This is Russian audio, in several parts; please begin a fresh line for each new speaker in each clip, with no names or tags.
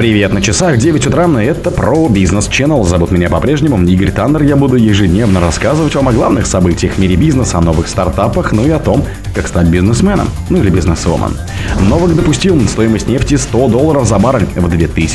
Привет, на часах 9 утра, это про Business Channel. Зовут меня по-прежнему Игорь Таннер. Я буду ежедневно рассказывать вам о главных событиях в мире бизнеса, о новых стартапах, и о том, как стать бизнесменом, или бизнесвумен. Новак допустил стоимость нефти $100 за баррель в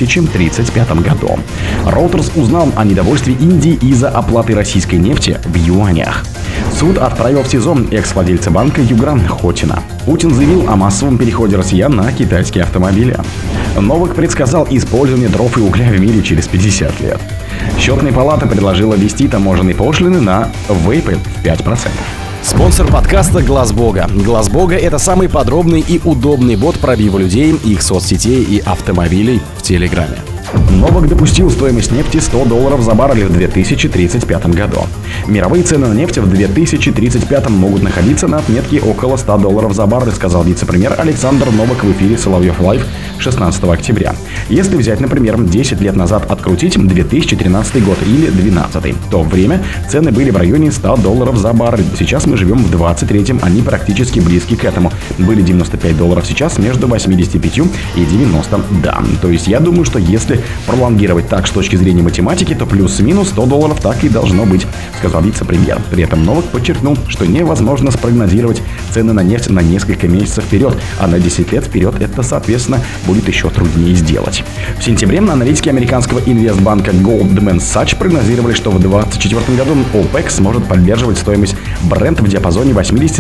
2035 году. Reuters узнал о недовольстве Индии из-за оплаты российской нефти в юанях. Суд отправил в СИЗО экс-владельца банка Югра Хотина. Путин заявил о массовом переходе россиян на китайские автомобили. Новак предсказал использование дров и угля в мире через 50 лет. Счетная палата предложила ввести таможенные пошлины на вейпы в 5%.
Спонсор подкаста Глаз Бога. Глаз Бога — это самый подробный и удобный бот пробива людей, их соцсетей и автомобилей в Телеграме.
Новак допустил стоимость нефти $100 за баррель в 2035 году. Мировые цены на нефть в 2035 могут находиться на отметке около $100 за баррель, сказал вице-премьер Александр Новак в эфире Соловьев Лайв 16 октября. Если взять, например, 10 лет назад открутить 2013 год или 2012, то время цены были в районе $100 за баррель. Сейчас мы живем в 23-м, они практически близки к этому. Были $95, сейчас между 85 и 90. Да, то есть я думаю, что если пролонгировать так с точки зрения математики, то плюс-минус $100 так и должно быть, сказал вице-премьер. При этом Новак подчеркнул, что невозможно спрогнозировать цены на нефть на несколько месяцев вперед, а на 10 лет вперед это, соответственно, будет еще труднее сделать. В сентябре аналитики американского инвестбанка Goldman Sachs прогнозировали, что в 2024 году ОПЕК сможет поддерживать стоимость Brent в диапазоне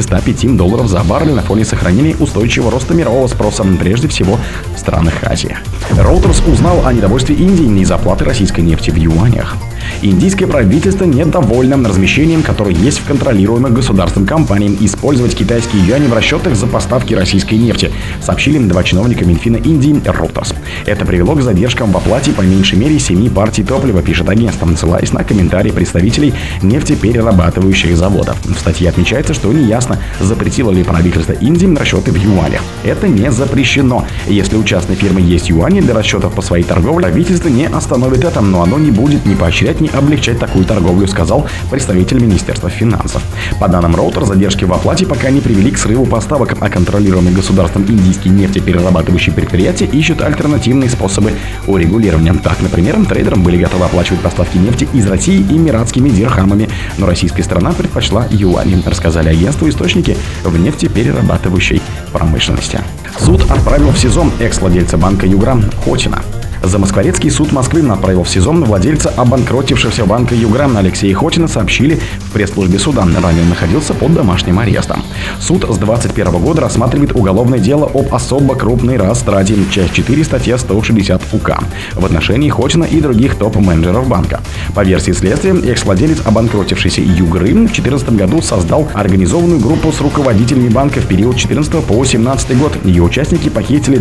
$80-105 за баррель на фоне сохранения устойчивого роста мирового спроса, прежде всего в странах Азии. Reuters узнал о недовольстве Индии из-за оплаты российской нефти в юанях. Индийское правительство недовольно размещением, которое есть в контролируемых государством компаниях, использовать китайские юани в расчетах за поставки российской нефти, сообщили два чиновника Минфина Индии Reuters. Это привело к задержкам в оплате по меньшей мере 7 партий топлива, пишет агентство, ссылаясь на комментарии представителей нефтеперерабатывающих заводов. В статье отмечается, что неясно, запретило ли правительство Индии расчеты в юанях. Это не запрещено. Если у частной фирмы есть юани для расчетов по своей торговле, правительство не остановит это, но оно не будет ни поощрять, ни облегчать такую торговлю, сказал представитель Министерства финансов. По данным Reuters, задержки в оплате пока не привели к срыву поставок, а контролируемые государством индийские нефтеперерабатывающие предприятия ищут альтернативные способы урегулирования. Так, например, трейдерам были готовы оплачивать поставки нефти из России эмиратскими дирхамами, но российская сторона предпочла юани, рассказали агентству источники в нефтеперерабатывающей промышленности. Суд отправил в СИЗО экс-владельца банка Югра Хотина. Замоскворецкий суд Москвы отправил в СИЗО владельца обанкротившегося банка Югра Алексея Хотина, сообщили в пресс-службе суда. Ранее он находился под домашним арестом. Суд с 2021 года рассматривает уголовное дело об особо крупной растрате, часть 4, статья 160 УК, в отношении Хотина и других топ-менеджеров банка. По версии следствия, экс-владелец обанкротившейся Югры в 2014 году создал организованную группу с руководителями банка в период 2014 по 2018 год. Ее участники похитили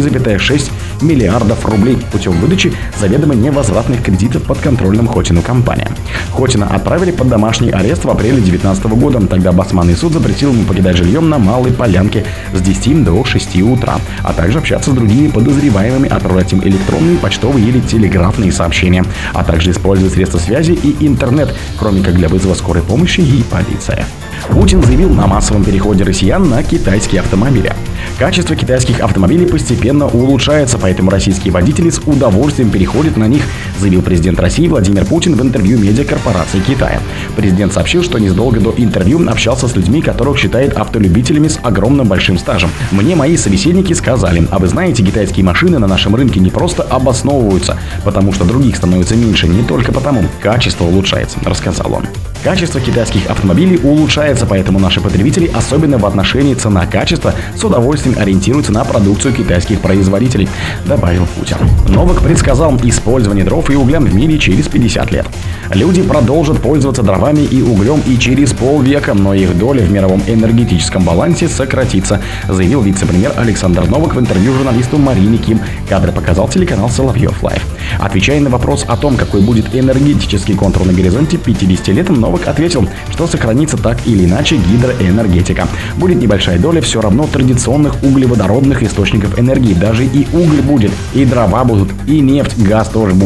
23,6 миллиардов рублей путем выдачи заведомо невозвратных кредитов подконтрольным Хотину компаниям. Хотина отправили под домашний арест в апреле 2019 года. Тогда Басманный суд запретил ему покидать жильем на Малой Полянке с 10 до 6 утра, а также общаться с другими подозреваемыми, отправлять им электронные, почтовые или телеграфные сообщения, а также использовать средства связи и интернет, кроме как для вызова скорой помощи и полиции. Путин заявил о массовом переходе россиян на китайские автомобили. Качество китайских автомобилей постепенно улучшается, поэтому российские водители с удовольствием переходят на них, заявил президент России Владимир Путин в интервью медиакорпорации Китая. Президент сообщил, что незадолго до интервью общался с людьми, которых считает автолюбителями с огромным большим стажем. Мне мои собеседники сказали: а вы знаете, китайские машины на нашем рынке не просто обосновываются, потому что других становится меньше, не только потому, качество улучшается, рассказал он. Качество китайских автомобилей улучшается, поэтому наши потребители, особенно в отношении цена-качество, с удовольствием ориентируются на продукцию китайских производителей, добавил Путин. Новак предсказал использование дров и угля в мире через 50 лет. Люди продолжат пользоваться дровами и углем и через полвека, но их доля в мировом энергетическом балансе сократится, заявил вице-премьер Александр Новак в интервью журналисту Марине Ким. Кадры показал телеканал Соловьев Лайв. Отвечая на вопрос о том, какой будет энергетический контур на горизонте 50 лет, Новак ответил, что сохранится так или иначе гидроэнергетика. Будет небольшая доля все равно традиционных углеводородных источников энергии. Даже и уголь будет, и дрова будут, и нефть, газ тоже будут.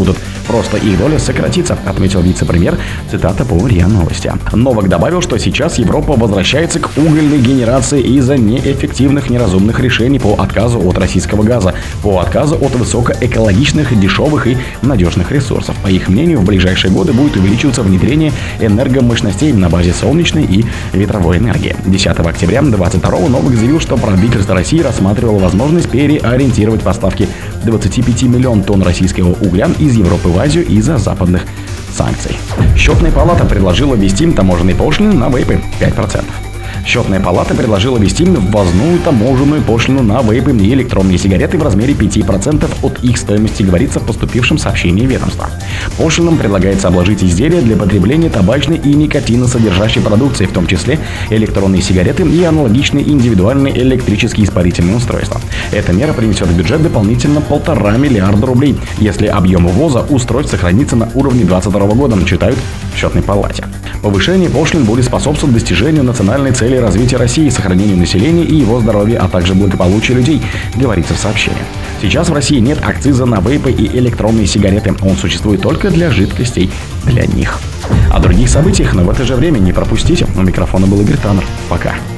просто их доля сократится, отметил вице-премьер, цитата по РИА Новости. Новак добавил, что сейчас Европа возвращается к угольной генерации из-за неэффективных неразумных решений по отказу от российского газа, по отказу от высокоэкологичных, дешевых и надежных ресурсов. По их мнению, в ближайшие годы будет увеличиваться внедрение энергомощностей на базе солнечной и ветровой энергии. 10 октября 2022 Новак заявил, что правительство России рассматривало возможность переориентировать поставки 25 миллионов тонн российского угля из Европы в Азию из-за западных санкций. Счетная палата предложила ввести таможенные пошлины на вейпы 5%. Счетная палата предложила ввести ввозную таможенную пошлину на вейпы и электронные сигареты в размере 5% от их стоимости, говорится в поступившем сообщении ведомства. Пошлинам предлагается обложить изделия для потребления табачной и никотиносодержащей продукции, в том числе электронные сигареты и аналогичные индивидуальные электрические испарительные устройства. Эта мера принесет в бюджет дополнительно 1,5 миллиарда рублей, если объем ввоза устройств сохранится на уровне 2022 года, читают в счетной палате. Повышение пошлин будет способствовать достижению национальной цели развития России, сохранению населения и его здоровья, а также благополучия людей, говорится в сообщении. Сейчас в России нет акциза на вейпы и электронные сигареты. Он существует только для жидкостей для них. О других событиях, но в это же время не пропустите. У микрофона был Игорь Таннер. Пока.